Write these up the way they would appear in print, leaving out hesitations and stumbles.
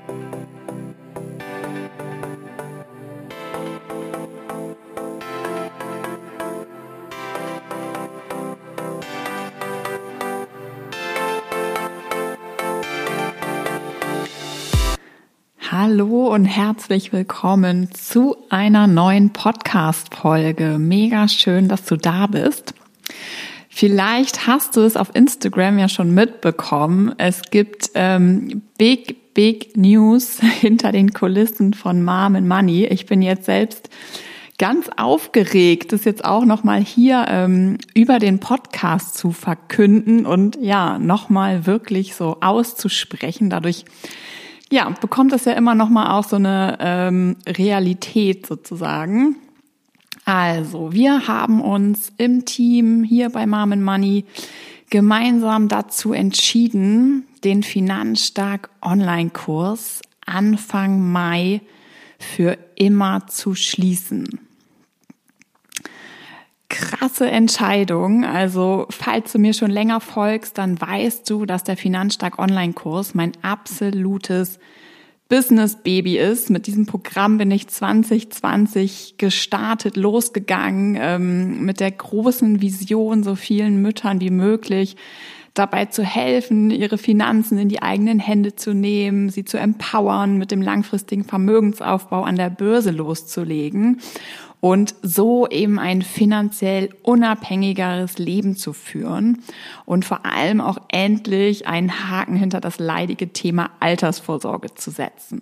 Hallo und herzlich willkommen zu einer neuen Podcast-Folge. Mega schön, dass du da bist. Vielleicht hast du es auf Instagram ja schon mitbekommen. Es gibt Big News hinter den Kulissen von Mom and Money. Ich bin jetzt selbst ganz aufgeregt, das jetzt auch nochmal hier über den Podcast zu verkünden und ja, nochmal wirklich so auszusprechen. Dadurch bekommt es ja immer noch mal auch so eine Realität sozusagen. Also, wir haben uns im Team hier bei Mom and Money gemeinsam dazu entschieden, den Finanzstark Online-Kurs Anfang Mai für immer zu schließen. Krasse Entscheidung. Also, falls du mir schon länger folgst, dann weißt du, dass der Finanzstark Online-Kurs mein absolutes Business-Baby ist. Mit diesem Programm bin ich 2020 gestartet, losgegangen, mit der großen Vision, so vielen Müttern wie möglich dabei zu helfen, ihre Finanzen in die eigenen Hände zu nehmen, sie zu empowern, mit dem langfristigen Vermögensaufbau an der Börse loszulegen und so eben ein finanziell unabhängigeres Leben zu führen und vor allem auch endlich einen Haken hinter das leidige Thema Altersvorsorge zu setzen.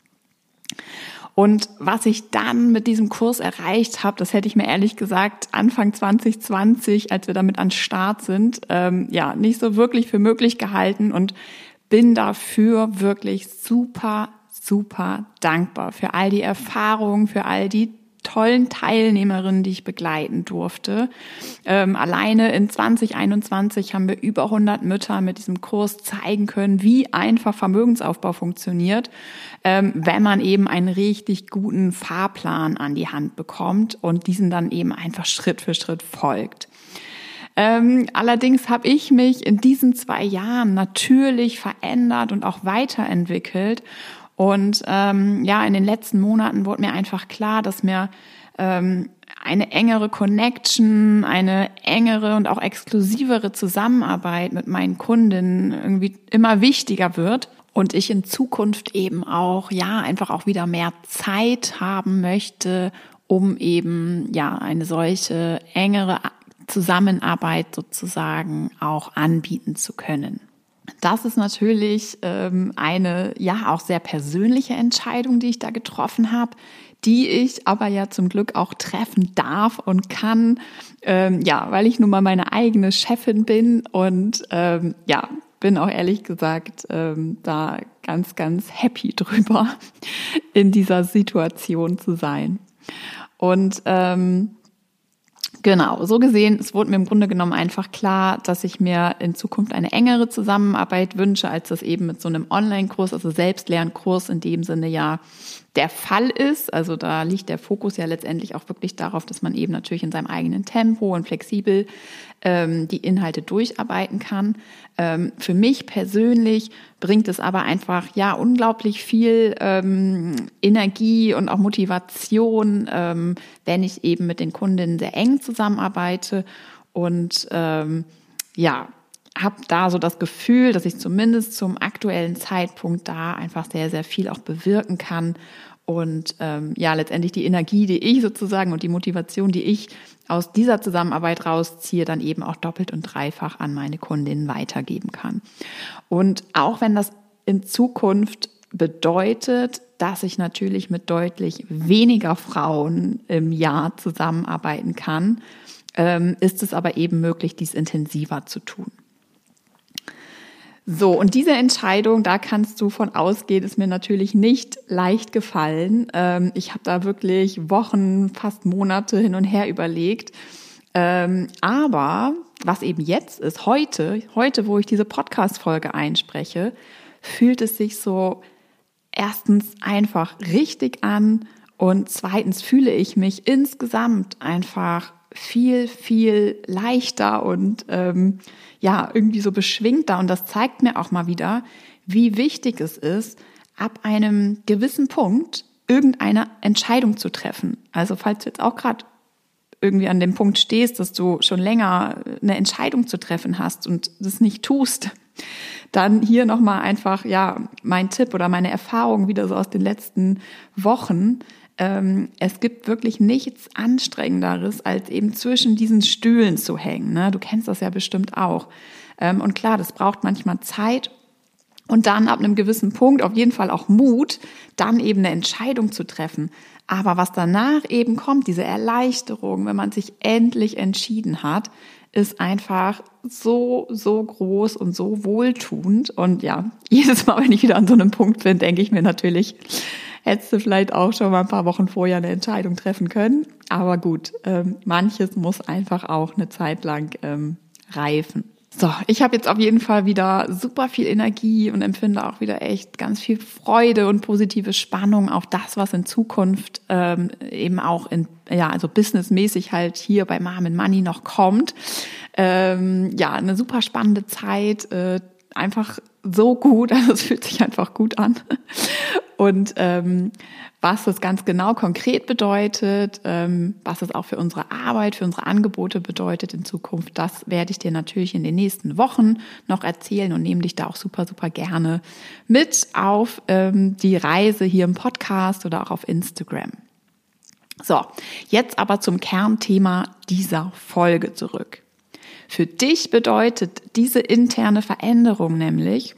Und was ich dann mit diesem Kurs erreicht habe, das hätte ich mir ehrlich gesagt Anfang 2020, als wir damit an Start sind, nicht so wirklich für möglich gehalten und bin dafür wirklich super, super dankbar für all die Erfahrungen, für all die tollen Teilnehmerinnen, die ich begleiten durfte. Alleine in 2021 haben wir über 100 Mütter mit diesem Kurs zeigen können, wie einfach Vermögensaufbau funktioniert, wenn man eben einen richtig guten Fahrplan an die Hand bekommt und diesen dann eben einfach Schritt für Schritt folgt. Allerdings habe ich mich in diesen 2 Jahren natürlich verändert und auch weiterentwickelt. Und in den letzten Monaten wurde mir einfach klar, dass mir eine engere Connection, eine engere und auch exklusivere Zusammenarbeit mit meinen Kundinnen irgendwie immer wichtiger wird und ich in Zukunft eben auch einfach auch wieder mehr Zeit haben möchte, um eben eine solche engere Zusammenarbeit sozusagen auch anbieten zu können. Das ist natürlich eine auch sehr persönliche Entscheidung, die ich da getroffen habe, die ich aber ja zum Glück auch treffen darf und kann, weil ich nun mal meine eigene Chefin bin und bin auch ehrlich gesagt da ganz, ganz happy drüber, in dieser Situation zu sein. Und genau, so gesehen, es wurde mir im Grunde genommen einfach klar, dass ich mir in Zukunft eine engere Zusammenarbeit wünsche, als das eben mit so einem Online-Kurs, also Selbstlernkurs in dem Sinne der Fall ist. Also da liegt der Fokus ja letztendlich auch wirklich darauf, dass man eben natürlich in seinem eigenen Tempo und flexibel die Inhalte durcharbeiten kann. Für mich persönlich bringt es aber einfach unglaublich viel Energie und auch Motivation, wenn ich eben mit den Kundinnen sehr eng zusammenarbeite und habe da so das Gefühl, dass ich zumindest zum aktuellen Zeitpunkt da einfach sehr, sehr viel auch bewirken kann und letztendlich die Energie, die ich sozusagen und die Motivation, die ich aus dieser Zusammenarbeit rausziehe, dann eben auch doppelt und dreifach an meine Kundinnen weitergeben kann. Und auch wenn das in Zukunft bedeutet, dass ich natürlich mit deutlich weniger Frauen im Jahr zusammenarbeiten kann, ist es aber eben möglich, dies intensiver zu tun. So, und diese Entscheidung, da kannst du von ausgehen, ist mir natürlich nicht leicht gefallen. Ich habe da wirklich Wochen, fast Monate hin und her überlegt. Aber was eben jetzt ist, heute, wo ich diese Podcast-Folge einspreche, fühlt es sich so erstens einfach richtig an und zweitens fühle ich mich insgesamt einfach viel, viel leichter und irgendwie so beschwingter. Und das zeigt mir auch mal wieder, wie wichtig es ist, ab einem gewissen Punkt irgendeine Entscheidung zu treffen. Also falls du jetzt auch gerade irgendwie an dem Punkt stehst, dass du schon länger eine Entscheidung zu treffen hast und das nicht tust, dann hier nochmal einfach, mein Tipp oder meine Erfahrung wieder so aus den letzten Wochen. Es gibt wirklich nichts Anstrengenderes, als eben zwischen diesen Stühlen zu hängen. Ne? Du kennst das ja bestimmt auch. Und klar, das braucht manchmal Zeit. Und dann ab einem gewissen Punkt auf jeden Fall auch Mut, dann eben eine Entscheidung zu treffen. Aber was danach eben kommt, diese Erleichterung, wenn man sich endlich entschieden hat, ist einfach so groß und so wohltuend. Und ja, jedes Mal, wenn ich wieder an so einem Punkt bin, denke ich mir natürlich, hättest du vielleicht auch schon mal ein paar Wochen vorher eine Entscheidung treffen können. Aber gut, manches muss einfach auch eine Zeit lang reifen. So, ich habe jetzt auf jeden Fall wieder super viel Energie und empfinde auch wieder echt ganz viel Freude und positive Spannung auf das, was in Zukunft eben auch also businessmäßig halt hier bei Mom & Money noch kommt. Eine super spannende Zeit, einfach so gut, also es fühlt sich einfach gut an. Und was das ganz genau konkret bedeutet, was es auch für unsere Arbeit, für unsere Angebote bedeutet in Zukunft, das werde ich dir natürlich in den nächsten Wochen noch erzählen und nehme dich da auch super gerne mit auf die Reise hier im Podcast oder auch auf Instagram. So, jetzt aber zum Kernthema dieser Folge zurück. Für dich bedeutet diese interne Veränderung nämlich,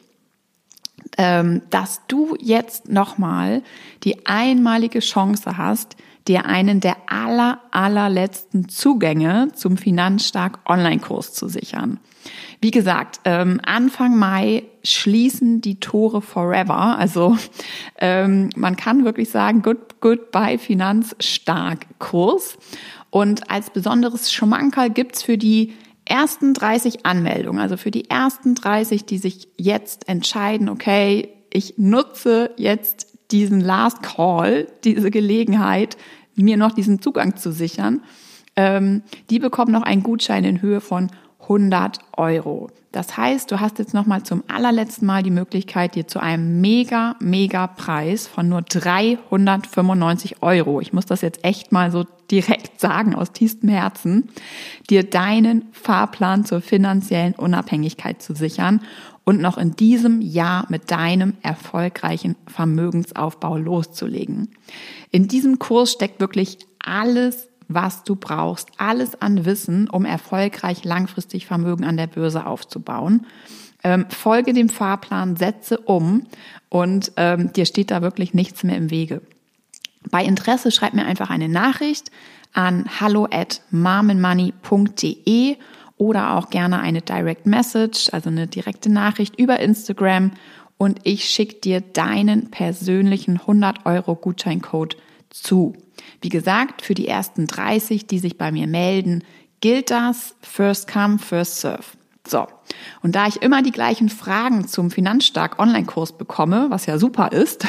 dass du jetzt nochmal die einmalige Chance hast, dir einen der allerletzten Zugänge zum Finanzstark Online-Kurs zu sichern. Wie gesagt, Anfang Mai schließen die Tore forever. Also man kann wirklich sagen, goodbye Finanzstark Kurs. Und als besonderes Schmankerl gibt's für die ersten 30 Anmeldungen, also für die ersten 30, die sich jetzt entscheiden, okay, ich nutze jetzt diesen Last Call, diese Gelegenheit, mir noch diesen Zugang zu sichern, die bekommen noch einen Gutschein in Höhe von 100 €. Das heißt, du hast jetzt nochmal zum allerletzten Mal die Möglichkeit, dir zu einem mega Preis von nur 395 €, ich muss das jetzt echt mal so direkt sagen, aus tiefstem Herzen, dir deinen Fahrplan zur finanziellen Unabhängigkeit zu sichern und noch in diesem Jahr mit deinem erfolgreichen Vermögensaufbau loszulegen. In diesem Kurs steckt wirklich alles, was du brauchst, alles an Wissen, um erfolgreich langfristig Vermögen an der Börse aufzubauen. Folge dem Fahrplan, setze um und dir steht da wirklich nichts mehr im Wege. Bei Interesse schreib mir einfach eine Nachricht an hallo@momandmoney.de oder auch gerne eine Direct Message, also eine direkte Nachricht über Instagram und ich schicke dir deinen persönlichen 100 € Gutscheincode zu. Wie gesagt, für die ersten 30, die sich bei mir melden, gilt das First Come, First Serve. So, und da ich immer die gleichen Fragen zum Finanzstark Online-Kurs bekomme, was ja super ist,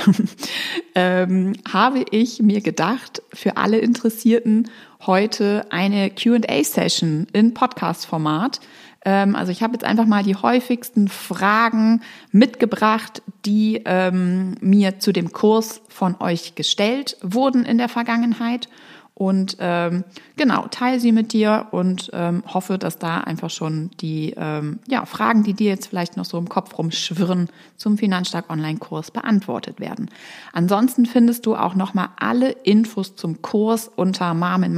habe ich mir gedacht, für alle Interessierten heute eine Q&A-Session in Podcast-Format. Also ich habe jetzt einfach mal die häufigsten Fragen mitgebracht, die mir zu dem Kurs von euch gestellt wurden in der Vergangenheit. Und teile sie mit dir und hoffe, dass da einfach schon die Fragen, die dir jetzt vielleicht noch so im Kopf rumschwirren, zum Finanzstark Online-Kurs beantwortet werden. Ansonsten findest du auch nochmal alle Infos zum Kurs unter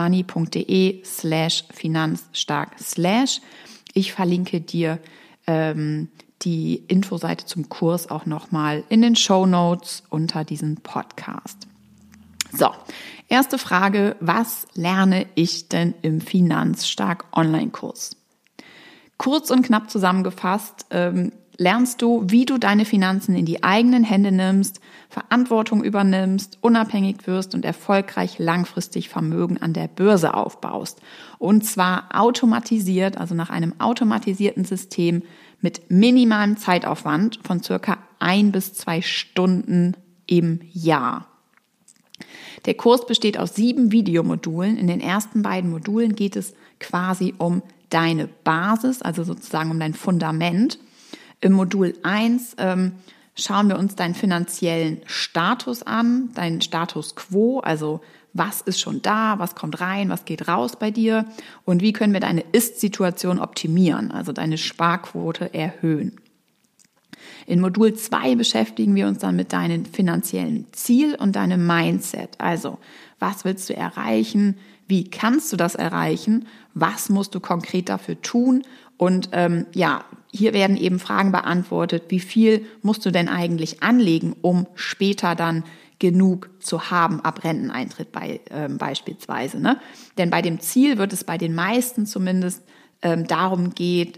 momandmoney.de/finanzstark/. Ich verlinke dir die Infoseite zum Kurs auch nochmal in den Shownotes unter diesem Podcast. So, erste Frage, was lerne ich denn im Finanzstark Online-Kurs? Kurz und knapp zusammengefasst, lernst du, wie du deine Finanzen in die eigenen Hände nimmst, Verantwortung übernimmst, unabhängig wirst und erfolgreich langfristig Vermögen an der Börse aufbaust. Und zwar automatisiert, also nach einem automatisierten System mit minimalem Zeitaufwand von circa 1 bis 2 Stunden im Jahr. Der Kurs besteht aus 7 Videomodulen. In den ersten beiden Modulen geht es quasi um deine Basis, also sozusagen um dein Fundament. Im Modul 1 schauen wir uns deinen finanziellen Status an, deinen Status quo, also was ist schon da, was kommt rein, was geht raus bei dir und wie können wir deine Ist-Situation optimieren, also deine Sparquote erhöhen. In Modul 2 beschäftigen wir uns dann mit deinem finanziellen Ziel und deinem Mindset. Also, was willst du erreichen? Wie kannst du das erreichen? Was musst du konkret dafür tun? Und hier werden eben Fragen beantwortet. Wie viel musst du denn eigentlich anlegen, um später dann genug zu haben ab Renteneintritt beispielsweise? Ne? Denn bei dem Ziel wird es bei den meisten zumindest darum gehen,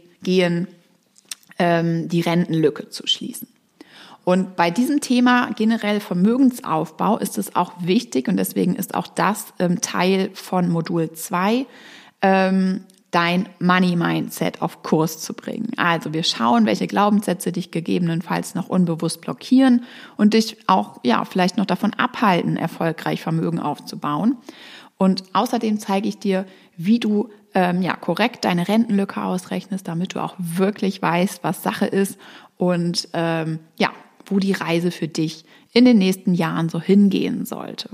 die Rentenlücke zu schließen. Und bei diesem Thema generell Vermögensaufbau ist es auch wichtig und deswegen ist auch das Teil von Modul 2, dein Money-Mindset auf Kurs zu bringen. Also wir schauen, welche Glaubenssätze dich gegebenenfalls noch unbewusst blockieren und dich auch vielleicht noch davon abhalten, erfolgreich Vermögen aufzubauen. Und außerdem zeige ich dir, wie du korrekt deine Rentenlücke ausrechnest, damit du auch wirklich weißt, was Sache ist und wo die Reise für dich in den nächsten Jahren so hingehen sollte.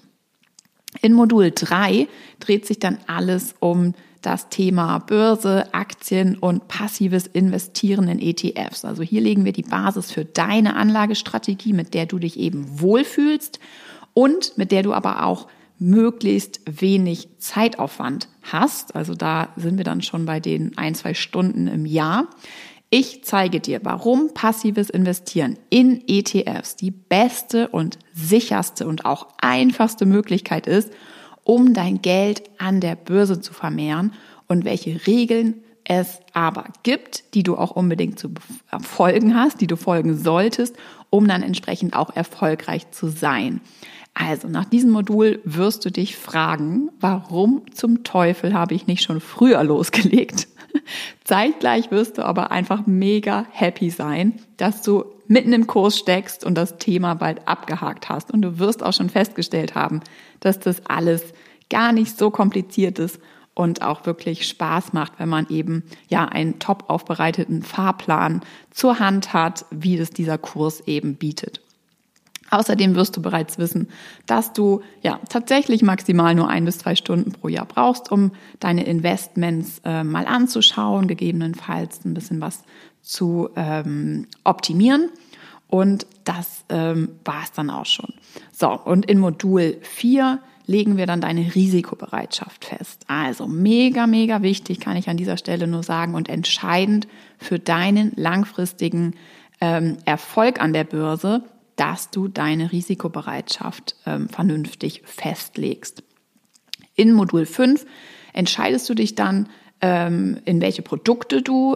In Modul 3 dreht sich dann alles um das Thema Börse, Aktien und passives Investieren in ETFs. Also hier legen wir die Basis für deine Anlagestrategie, mit der du dich eben wohlfühlst und mit der du aber auch möglichst wenig Zeitaufwand hast. Also da sind wir dann schon bei den 1-2 Stunden im Jahr. Ich zeige dir, warum passives Investieren in ETFs die beste und sicherste und auch einfachste Möglichkeit ist, um dein Geld an der Börse zu vermehren und welche Regeln es aber gibt, die du auch unbedingt zu folgen hast, die du folgen solltest, um dann entsprechend auch erfolgreich zu sein. Also nach diesem Modul wirst du dich fragen, warum zum Teufel habe ich nicht schon früher losgelegt? Zeitgleich wirst du aber einfach mega happy sein, dass du mitten im Kurs steckst und das Thema bald abgehakt hast. Und du wirst auch schon festgestellt haben, dass das alles gar nicht so kompliziert ist und auch wirklich Spaß macht, wenn man eben einen top aufbereiteten Fahrplan zur Hand hat, wie das dieser Kurs eben bietet. Außerdem wirst du bereits wissen, dass du tatsächlich maximal nur 1 bis 2 Stunden pro Jahr brauchst, um deine Investments mal anzuschauen, gegebenenfalls ein bisschen was zu optimieren. Und das war es dann auch schon. So, und in Modul 4 legen wir dann deine Risikobereitschaft fest. Also mega, mega wichtig, kann ich an dieser Stelle nur sagen, und entscheidend für deinen langfristigen Erfolg an der Börse, dass du deine Risikobereitschaft vernünftig festlegst. In Modul 5 entscheidest du dich dann, in welche Produkte du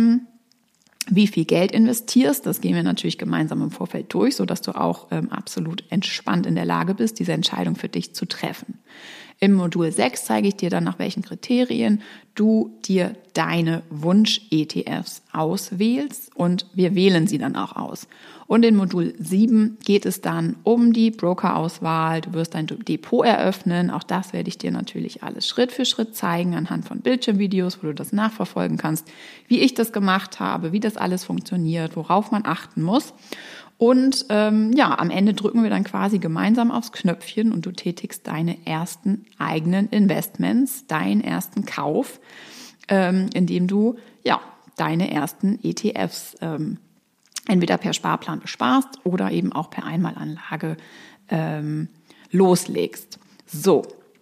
wie viel Geld investierst. Das gehen wir natürlich gemeinsam im Vorfeld durch, sodass du auch absolut entspannt in der Lage bist, diese Entscheidung für dich zu treffen. Im Modul 6 zeige ich dir dann, nach welchen Kriterien du dir deine Wunsch-ETFs auswählst und wir wählen sie dann auch aus. Und in Modul 7 geht es dann um die Brokerauswahl. Du wirst dein Depot eröffnen. Auch das werde ich dir natürlich alles Schritt für Schritt zeigen anhand von Bildschirmvideos, wo du das nachverfolgen kannst, wie ich das gemacht habe, wie das alles funktioniert, worauf man achten muss. Und am Ende drücken wir dann quasi gemeinsam aufs Knöpfchen und du tätigst deine ersten eigenen Investments, deinen ersten Kauf, indem du deine ersten ETFs entweder per Sparplan besparst oder eben auch per Einmalanlage loslegst. So,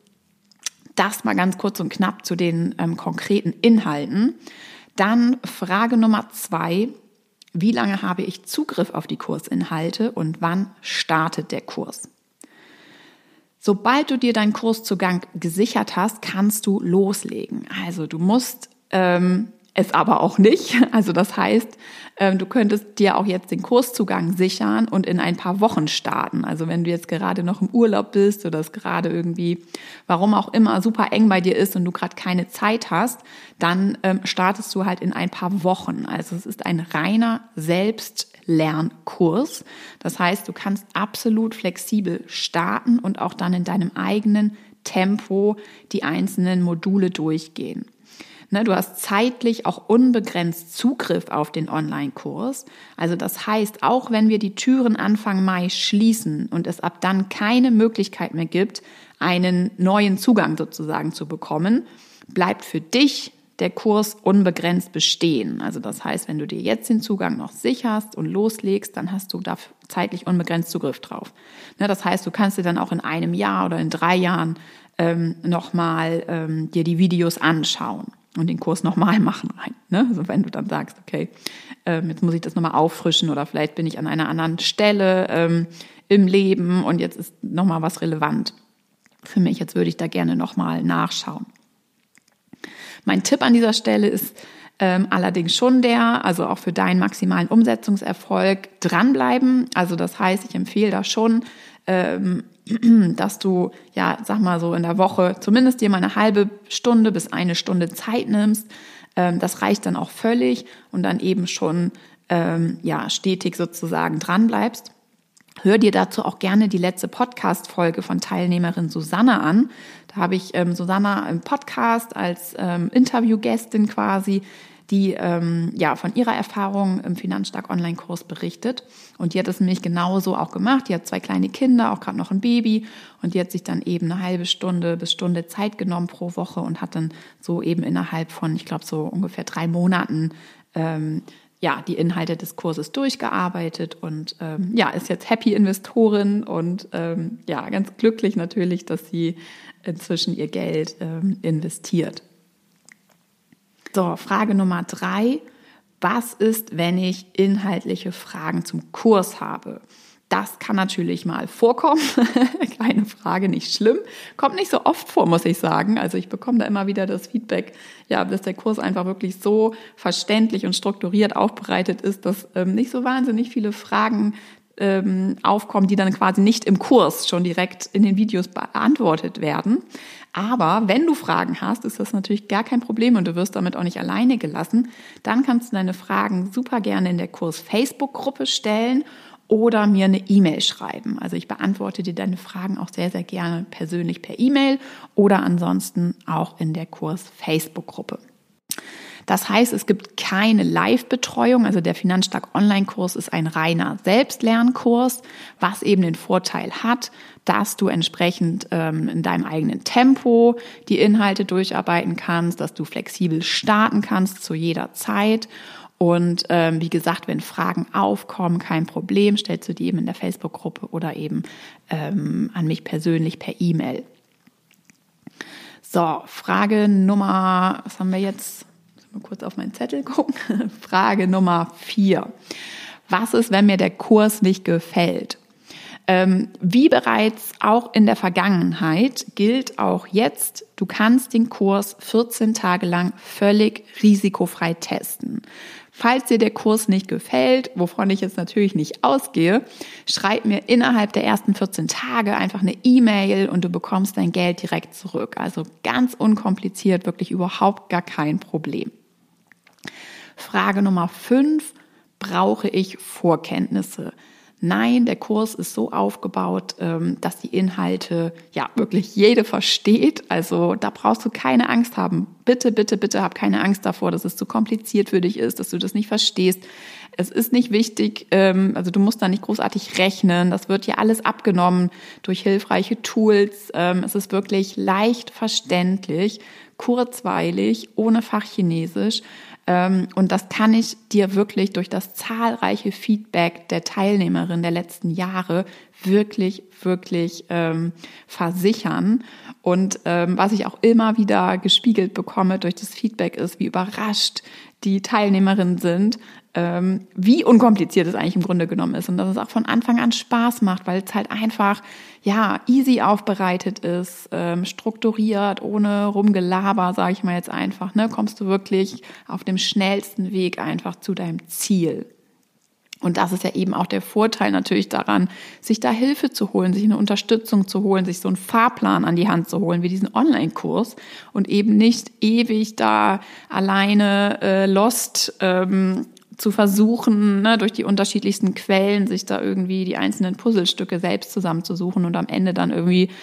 das mal ganz kurz und knapp zu den konkreten Inhalten. Dann Frage Nummer 2. Wie lange habe ich Zugriff auf die Kursinhalte und wann startet der Kurs? Sobald du dir deinen Kurszugang gesichert hast, kannst du loslegen. Also du musst es aber auch nicht. Also das heißt, du könntest dir auch jetzt den Kurszugang sichern und in ein paar Wochen starten. Also wenn du jetzt gerade noch im Urlaub bist oder es gerade irgendwie, warum auch immer, super eng bei dir ist und du gerade keine Zeit hast, dann startest du halt in ein paar Wochen. Also es ist ein reiner Selbstlernkurs. Das heißt, du kannst absolut flexibel starten und auch dann in deinem eigenen Tempo die einzelnen Module durchgehen. Ne, du hast zeitlich auch unbegrenzt Zugriff auf den Online-Kurs. Also das heißt, auch wenn wir die Türen Anfang Mai schließen und es ab dann keine Möglichkeit mehr gibt, einen neuen Zugang sozusagen zu bekommen, bleibt für dich der Kurs unbegrenzt bestehen. Also das heißt, wenn du dir jetzt den Zugang noch sicherst und loslegst, dann hast du da zeitlich unbegrenzt Zugriff drauf. Ne, das heißt, du kannst dir dann auch in einem Jahr oder in 3 Jahren nochmal dir die Videos anschauen und den Kurs nochmal machen rein. Ne? Also wenn du dann sagst, okay, jetzt muss ich das nochmal auffrischen oder vielleicht bin ich an einer anderen Stelle im Leben und jetzt ist nochmal was relevant für mich. Jetzt würde ich da gerne nochmal nachschauen. Mein Tipp an dieser Stelle ist allerdings schon also auch für deinen maximalen Umsetzungserfolg dranbleiben. Also das heißt, ich empfehle da schon, dass du, ja, sag mal so in der Woche zumindest dir mal eine halbe Stunde bis 1 Stunde Zeit nimmst. Das reicht dann auch völlig und dann eben schon, stetig sozusagen dranbleibst. Hör dir dazu auch gerne die letzte Podcast-Folge von Teilnehmerin Susanne an. Da habe ich Susanne im Podcast als Interviewgästin quasi, die von ihrer Erfahrung im Finanzstark Online-Kurs berichtet. Und die hat es nämlich genauso auch gemacht. Die hat 2 kleine Kinder, auch gerade noch ein Baby. Und die hat sich dann eben eine halbe Stunde bis Stunde Zeit genommen pro Woche und hat dann so eben innerhalb von, ich glaube, so ungefähr 3 Monaten die Inhalte des Kurses durchgearbeitet und ist jetzt Happy-Investorin und ganz glücklich natürlich, dass sie inzwischen ihr Geld investiert. So, Frage Nummer 3. Was ist, wenn ich inhaltliche Fragen zum Kurs habe? Das kann natürlich mal vorkommen. Keine Frage, nicht schlimm. Kommt nicht so oft vor, muss ich sagen. Also ich bekomme da immer wieder das Feedback, dass der Kurs einfach wirklich so verständlich und strukturiert aufbereitet ist, dass nicht so wahnsinnig viele Fragen aufkommen, die dann quasi nicht im Kurs schon direkt in den Videos beantwortet werden. Aber wenn du Fragen hast, ist das natürlich gar kein Problem und du wirst damit auch nicht alleine gelassen. Dann kannst du deine Fragen super gerne in der Kurs-Facebook-Gruppe stellen oder mir eine E-Mail schreiben. Also ich beantworte dir deine Fragen auch sehr, sehr gerne persönlich per E-Mail oder ansonsten auch in der Kurs-Facebook-Gruppe. Das heißt, es gibt keine Live-Betreuung. Also der Finanzstark Online-Kurs ist ein reiner Selbstlernkurs, was eben den Vorteil hat, dass du entsprechend in deinem eigenen Tempo die Inhalte durcharbeiten kannst, dass du flexibel starten kannst zu jeder Zeit. Und wie gesagt, wenn Fragen aufkommen, kein Problem, stellst du die eben in der Facebook-Gruppe oder eben an mich persönlich per E-Mail. So, Frage Nummer, was haben wir jetzt? Mal kurz auf meinen Zettel gucken. Frage Nummer 4. Was ist, wenn mir der Kurs nicht gefällt? Wie bereits auch in der Vergangenheit gilt auch jetzt, du kannst den Kurs 14 Tage lang völlig risikofrei testen. Falls dir der Kurs nicht gefällt, wovon ich jetzt natürlich nicht ausgehe, schreib mir innerhalb der ersten 14 Tage einfach eine E-Mail und du bekommst dein Geld direkt zurück. Also ganz unkompliziert, wirklich überhaupt gar kein Problem. Frage Nummer 5, brauche ich Vorkenntnisse? Nein, der Kurs ist so aufgebaut, dass die Inhalte wirklich jede versteht. Also da brauchst du keine Angst haben. Bitte, bitte, bitte hab keine Angst davor, dass es zu kompliziert für dich ist, dass du das nicht verstehst. Es ist nicht wichtig, also du musst da nicht großartig rechnen. Das wird ja alles abgenommen durch hilfreiche Tools. Es ist wirklich leicht verständlich, kurzweilig, ohne Fachchinesisch. Und das kann ich dir wirklich durch das zahlreiche Feedback der Teilnehmerin der letzten Jahre wirklich, wirklich versichern. Und was ich auch immer wieder gespiegelt bekomme durch das Feedback ist, wie überrascht die Teilnehmerinnen sind, wie unkompliziert es eigentlich im Grunde genommen ist und dass es auch von Anfang an Spaß macht, weil es halt einfach easy aufbereitet ist, strukturiert, ohne Rumgelaber, sage ich mal jetzt einfach, kommst du wirklich auf dem schnellsten Weg einfach zu deinem Ziel. Und das ist ja eben auch der Vorteil natürlich daran, sich da Hilfe zu holen, sich eine Unterstützung zu holen, sich so einen Fahrplan an die Hand zu holen, wie diesen Online-Kurs und eben nicht ewig da alleine lost zu versuchen, durch die unterschiedlichsten Quellen sich da irgendwie die einzelnen Puzzlestücke selbst zusammenzusuchen und am Ende dann irgendwie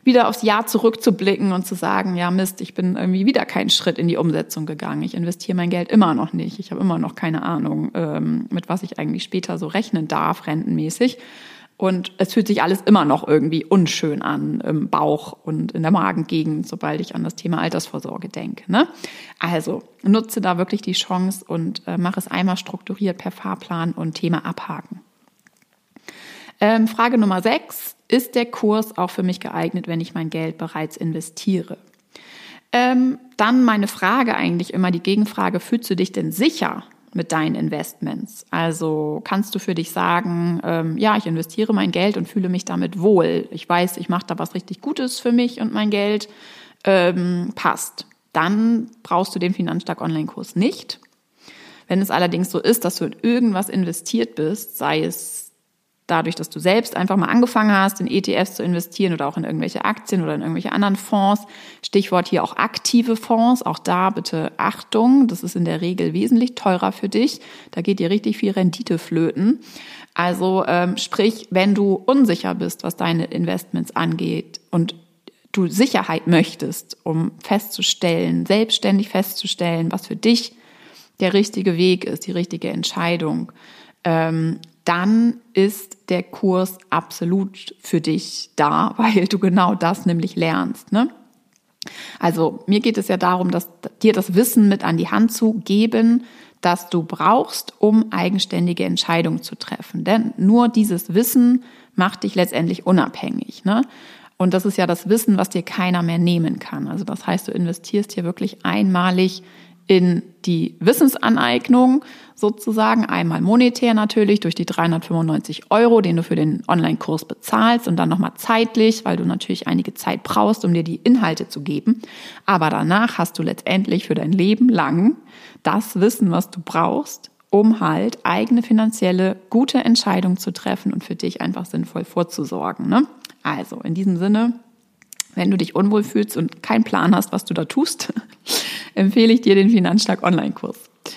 wieder aufs Jahr zurückzublicken und zu sagen, ja Mist, ich bin irgendwie wieder keinen Schritt in die Umsetzung gegangen. Ich investiere mein Geld immer noch nicht. Ich habe immer noch keine Ahnung, mit was ich eigentlich später so rechnen darf, rentenmäßig. Und es fühlt sich alles immer noch irgendwie unschön an im Bauch und in der Magengegend, sobald ich an das Thema Altersvorsorge denke. Ne? Also nutze da wirklich die Chance und mach es einmal strukturiert per Fahrplan und Thema abhaken. Frage Nummer 6. Ist der Kurs auch für mich geeignet, wenn ich mein Geld bereits investiere? Dann meine Frage eigentlich immer, die Gegenfrage, fühlst du dich denn sicher mit deinen Investments? Also kannst du für dich sagen, ja, ich investiere mein Geld und fühle mich damit wohl. Ich weiß, ich mache da was richtig Gutes für mich und mein Geld passt. Dann brauchst du den Finanzstark Online-Kurs nicht. Wenn es allerdings so ist, dass du in irgendwas investiert bist, sei es dadurch, dass du selbst einfach mal angefangen hast, in ETFs zu investieren oder auch in irgendwelche Aktien oder in irgendwelche anderen Fonds. Stichwort hier auch aktive Fonds. Auch da bitte Achtung, das ist in der Regel wesentlich teurer für dich. Da geht dir richtig viel Rendite flöten. Also sprich, wenn du unsicher bist, was deine Investments angeht und du Sicherheit möchtest, um festzustellen, selbstständig festzustellen, was für dich der richtige Weg ist, die richtige Entscheidung, dann ist der Kurs absolut für dich da, weil du genau das nämlich lernst, ne? Also mir geht es ja darum, dir das Wissen mit an die Hand zu geben, das du brauchst, um eigenständige Entscheidungen zu treffen. Denn nur dieses Wissen macht dich letztendlich unabhängig, ne? Und das ist ja das Wissen, was dir keiner mehr nehmen kann. Also das heißt, du investierst hier wirklich einmalig in die Wissensaneignung sozusagen, einmal monetär natürlich durch die 395 €, den du für den Online-Kurs bezahlst und dann nochmal zeitlich, weil du natürlich einige Zeit brauchst, um dir die Inhalte zu geben. Aber danach hast du letztendlich für dein Leben lang das Wissen, was du brauchst, um halt eigene finanzielle gute Entscheidungen zu treffen und für dich einfach sinnvoll vorzusorgen, ne? Also in diesem Sinne, wenn du dich unwohl fühlst und keinen Plan hast, was du da tust, empfehle ich dir den Finanzstark Online-Kurs.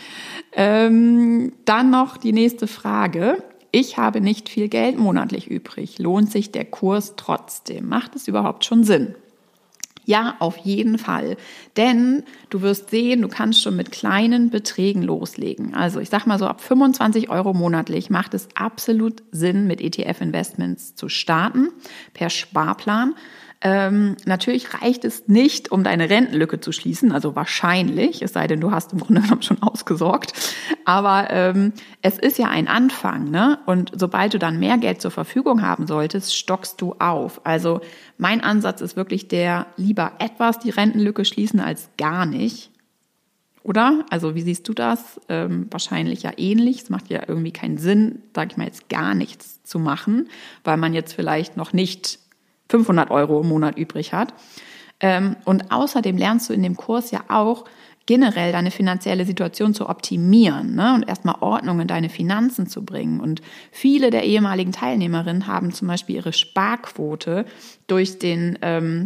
Dann noch die nächste Frage. Ich habe nicht viel Geld monatlich übrig. Lohnt sich der Kurs trotzdem? Macht es überhaupt schon Sinn? Ja, auf jeden Fall. Denn du wirst sehen, du kannst schon mit kleinen Beträgen loslegen. Also ich sag mal so, ab 25 € monatlich macht es absolut Sinn, mit ETF-Investments zu starten, per Sparplan. Natürlich reicht es nicht, um deine Rentenlücke zu schließen, also wahrscheinlich, es sei denn, du hast im Grunde genommen schon ausgesorgt. Aber es ist ja ein Anfang, ne? Und sobald du dann mehr Geld zur Verfügung haben solltest, stockst du auf. Also mein Ansatz ist wirklich der, lieber etwas die Rentenlücke schließen als gar nicht. Oder? Also wie siehst du das? Wahrscheinlich ja ähnlich. Es macht ja irgendwie keinen Sinn, sag ich mal, jetzt gar nichts zu machen, weil man jetzt vielleicht noch nicht 500 € im Monat übrig hat. Und außerdem lernst du in dem Kurs ja auch generell deine finanzielle Situation zu optimieren, ne? Und erstmal Ordnung in deine Finanzen zu bringen. Und viele der ehemaligen Teilnehmerinnen haben zum Beispiel ihre Sparquote durch den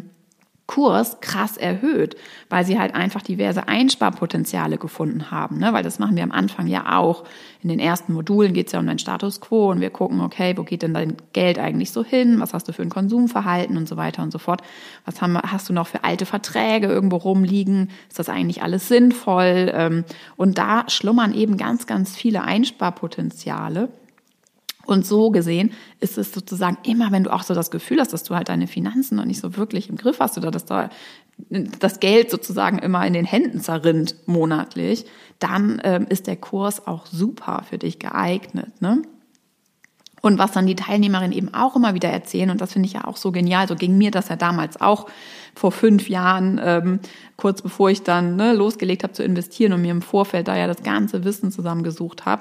Kurs krass erhöht, weil sie halt einfach diverse Einsparpotenziale gefunden haben, ne? Weil das machen wir am Anfang ja auch. In den ersten Modulen geht es ja um deinen Status quo und wir gucken, okay, wo geht denn dein Geld eigentlich so hin? Was hast du für ein Konsumverhalten und so weiter und so fort? Was hast du noch für alte Verträge irgendwo rumliegen? Ist das eigentlich alles sinnvoll? Und da schlummern eben ganz, ganz viele Einsparpotenziale. Und so gesehen ist es sozusagen immer, wenn du auch so das Gefühl hast, dass du halt deine Finanzen noch nicht so wirklich im Griff hast oder dass da das Geld sozusagen immer in den Händen zerrinnt monatlich, dann ist der Kurs auch super für dich geeignet, ne? Und was dann die Teilnehmerinnen eben auch immer wieder erzählen, und das finde ich ja auch so genial, so ging mir das ja damals auch vor 5 Jahren, kurz bevor ich dann losgelegt habe zu investieren und mir im Vorfeld da ja das ganze Wissen zusammengesucht habe,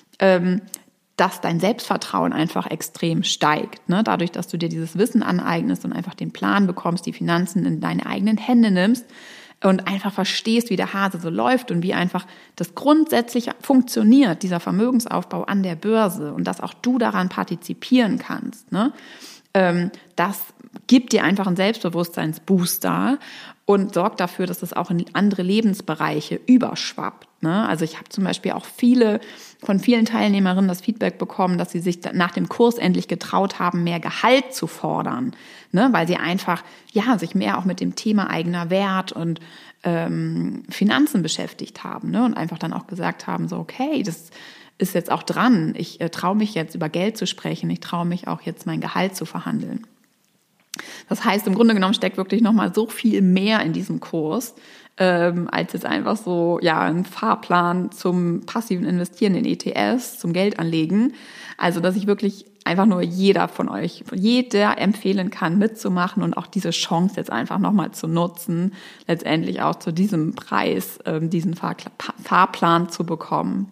dass dein Selbstvertrauen einfach extrem steigt, ne? Dadurch, dass du dir dieses Wissen aneignest und einfach den Plan bekommst, die Finanzen in deine eigenen Hände nimmst und einfach verstehst, wie der Hase so läuft und wie einfach das grundsätzlich funktioniert, dieser Vermögensaufbau an der Börse und dass auch du daran partizipieren kannst, ne? Das gibt dir einfach einen Selbstbewusstseinsbooster und sorgt dafür, dass es auch in andere Lebensbereiche überschwappt. Ne? Also ich habe zum Beispiel auch von vielen Teilnehmerinnen das Feedback bekommen, dass sie sich nach dem Kurs endlich getraut haben, mehr Gehalt zu fordern, ne? Weil sie einfach sich mehr auch mit dem Thema eigener Wert und Finanzen beschäftigt haben, ne? Und einfach dann auch gesagt haben, so okay, das ist jetzt auch dran. Ich traue mich jetzt über Geld zu sprechen. Ich traue mich auch jetzt mein Gehalt zu verhandeln. Das heißt, im Grunde genommen steckt wirklich nochmal so viel mehr in diesem Kurs, als jetzt einfach so ein Fahrplan zum passiven Investieren in ETFs, zum Geldanlegen. Also dass ich wirklich einfach nur jeder empfehlen kann, mitzumachen und auch diese Chance jetzt einfach nochmal zu nutzen, letztendlich auch zu diesem Preis diesen Fahrplan zu bekommen.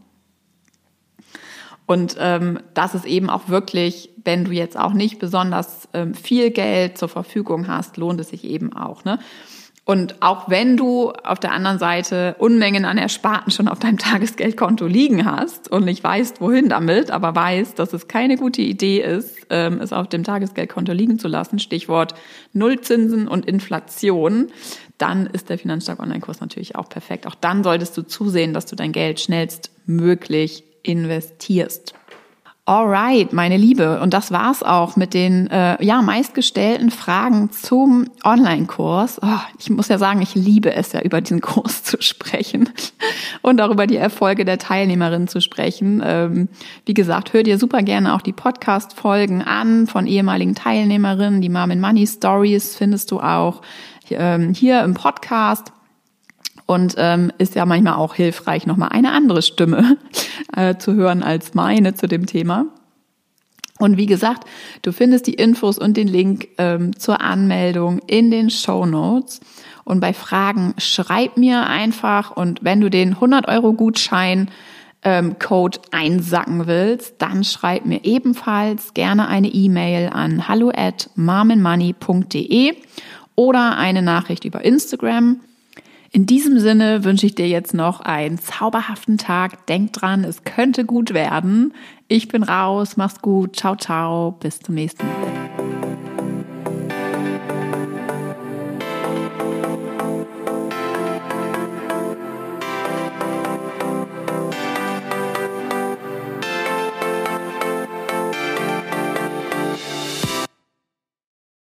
Und das ist eben auch wirklich, wenn du jetzt auch nicht besonders viel Geld zur Verfügung hast, lohnt es sich eben auch, ne? Und auch wenn du auf der anderen Seite Unmengen an Ersparten schon auf deinem Tagesgeldkonto liegen hast und nicht weißt, wohin damit, aber weißt, dass es keine gute Idee ist, es auf dem Tagesgeldkonto liegen zu lassen, Stichwort Nullzinsen und Inflation, dann ist der Finanzstark Online-Kurs natürlich auch perfekt. Auch dann solltest du zusehen, dass du dein Geld schnellstmöglich investierst. Alright, meine Liebe, und das war's auch mit den meistgestellten Fragen zum Online-Kurs. Ich muss ja sagen, ich liebe es ja, über diesen Kurs zu sprechen und auch über die Erfolge der Teilnehmerinnen zu sprechen. Wie gesagt, hör dir super gerne auch die Podcast-Folgen an von ehemaligen Teilnehmerinnen. Die Mom and Money Stories findest du auch hier im Podcast. Und ist ja manchmal auch hilfreich, nochmal eine andere Stimme zu hören als meine zu dem Thema. Und wie gesagt, du findest die Infos und den Link zur Anmeldung in den Shownotes. Und bei Fragen schreib mir einfach. Und wenn du den 100-Euro-Gutschein Code einsacken willst, dann schreib mir ebenfalls gerne eine E-Mail an hallo@momandmoney.de oder eine Nachricht über Instagram. In diesem Sinne wünsche ich dir jetzt noch einen zauberhaften Tag. Denk dran, es könnte gut werden. Ich bin raus, mach's gut, ciao, ciao, bis zum nächsten Mal.